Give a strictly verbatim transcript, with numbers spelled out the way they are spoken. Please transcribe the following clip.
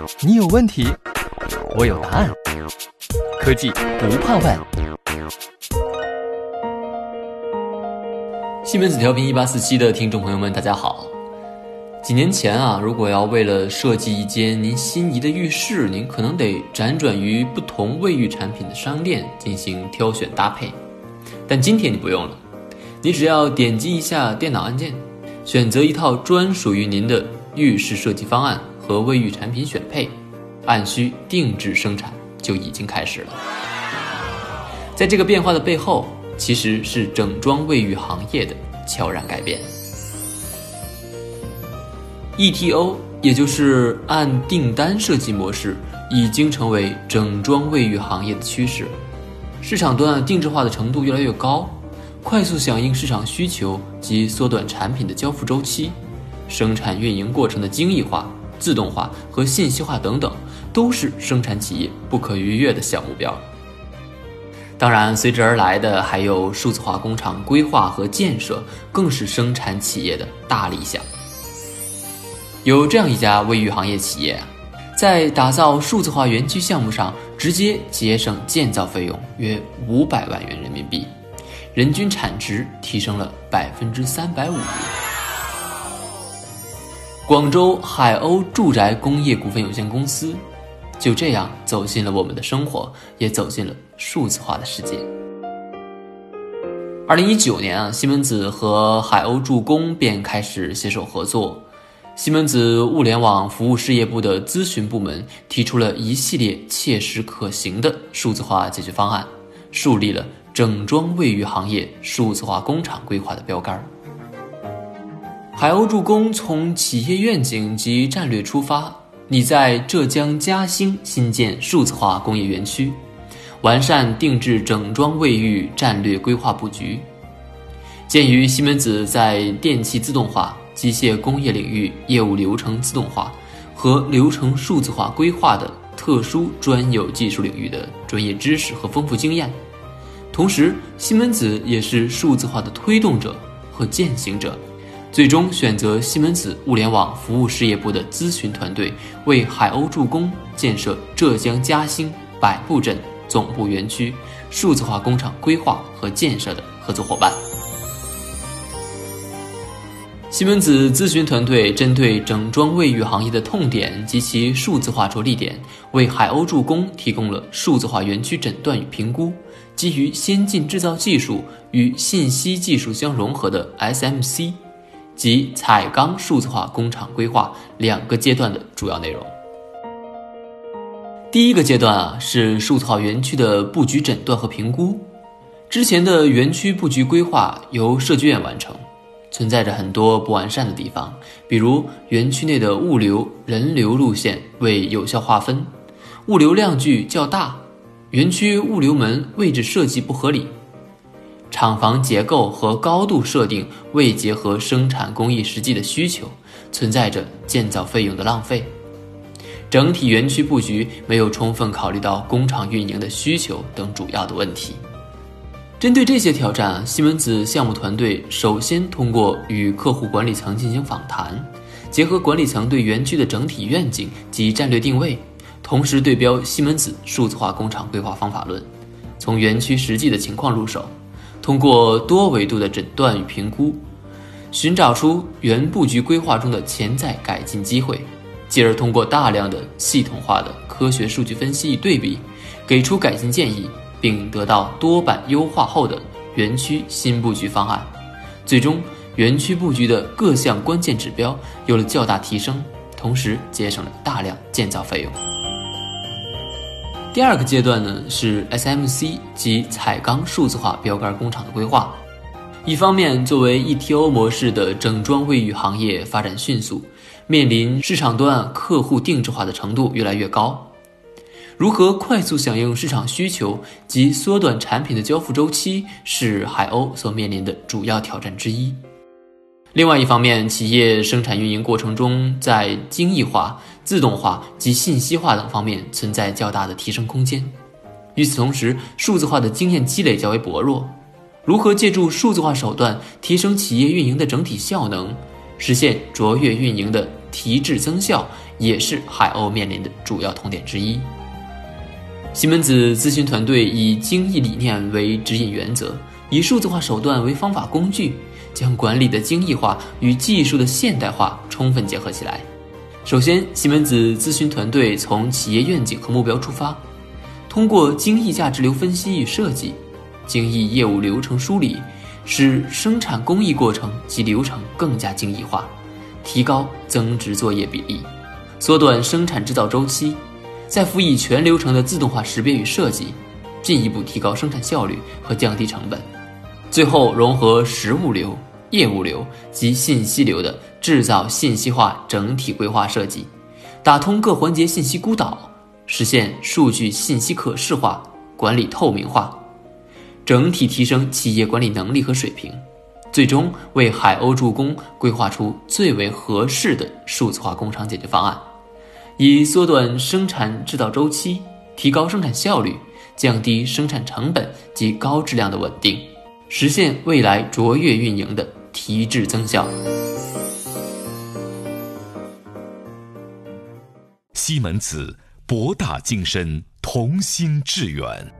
你有问题，我有答案。科技不怕问。 西门子调频一八四七的听众朋友们，大家好。几年前啊，如果要为了设计一间您心仪的浴室，您可能得辗转于不同卫浴产品的商店进行挑选搭配。但今天你不用了，你只要点击一下电脑按键，选择一套专属于您的浴室设计方案和卫浴产品选配，按需定制生产就已经开始了。在这个变化的背后，其实是整装卫浴行业的悄然改变。E T O 也就是按订单设计模式，已经成为整装卫浴行业的趋势。市场端定制化的程度越来越高，快速响应市场需求及缩短产品的交付周期，生产运营过程的精益化、自动化和信息化等等，都是生产企业不可逾越的小目标。当然，随之而来的还有数字化工厂规划和建设，更是生产企业的大理想。有这样一家卫浴行业企业，在打造数字化园区项目上，直接节省建造费用约五百万元人民币，人均产值提升了百分之三百五。广州海鸥住宅工业股份有限公司就这样走进了我们的生活，也走进了数字化的世界。二零一九年啊，西门子和海鸥助攻便开始携手合作。西门子物联网服务事业部的咨询部门提出了一系列切实可行的数字化解决方案，树立了整装卫浴行业数字化工厂规划的标杆。海鸥助攻从企业愿景及战略出发，拟在浙江嘉兴新建数字化工业园区，完善定制整装卫浴战略规划布局。鉴于西门子在电气自动化、机械工业领域业务流程自动化和流程数字化规划的特殊专有技术领域的专业知识和丰富经验，同时西门子也是数字化的推动者和践行者，最终选择西门子物联网服务事业部的咨询团队为海鸥助攻建设浙江嘉兴百步镇总部园区数字化工厂规划和建设的合作伙伴。西门子咨询团队针对整装卫浴行业的痛点及其数字化着力点，为海鸥助攻提供了数字化园区诊断与评估，基于先进制造技术与信息技术相融合的 S M C 及彩钢数字化工厂规划两个阶段的主要内容。第一个阶段啊，是数字化园区的布局诊断和评估。之前的园区布局规划由设计院完成，存在着很多不完善的地方，比如园区内的物流、人流路线未有效划分，物流量距较大，园区物流门位置设计不合理，厂房结构和高度设定未结合生产工艺实际的需求，存在着建造费用的浪费，整体园区布局没有充分考虑到工厂运营的需求等主要的问题。针对这些挑战，西门子项目团队首先通过与客户管理层进行访谈，结合管理层对园区的整体愿景及战略定位，同时对标西门子数字化工厂规划方法论，从园区实际的情况入手，通过多维度的诊断与评估，寻找出原布局规划中的潜在改进机会，继而通过大量的系统化的科学数据分析与对比，给出改进建议，并得到多版优化后的园区新布局方案，最终园区布局的各项关键指标有了较大提升，同时节省了大量建造费用。第二个阶段呢，是 S M C 及彩钢数字化标杆工厂的规划。一方面，作为 E T O 模式的整装卫浴行业发展迅速，面临市场端客户定制化的程度越来越高，如何快速响应市场需求及缩短产品的交付周期，是海鸥所面临的主要挑战之一。另外一方面，企业生产运营过程中在精益化、自动化及信息化等方面存在较大的提升空间。与此同时，数字化的经验积累较为薄弱，如何借助数字化手段提升企业运营的整体效能，实现卓越运营的提质增效也是海鸥面临的主要痛点之一。西门子咨询团队以精益理念为指引原则，以数字化手段为方法工具，将管理的精益化与技术的现代化充分结合起来。首先，西门子咨询团队从企业愿景和目标出发，通过精益价值流分析与设计、精益业务流程梳理，使生产工艺过程及流程更加精益化，提高增值作业比例，缩短生产制造周期，再辅以全流程的自动化识别与设计，进一步提高生产效率和降低成本。最后融合实物流、业务流及信息流的制造信息化整体规划设计，打通各环节信息孤岛，实现数据信息可视化、管理透明化，整体提升企业管理能力和水平，最终为海鸥助攻规划出最为合适的数字化工厂解决方案，以缩短生产制造周期，提高生产效率，降低生产成本及高质量的稳定，实现未来卓越运营的提质增效。 西门子博大精深，同心致远。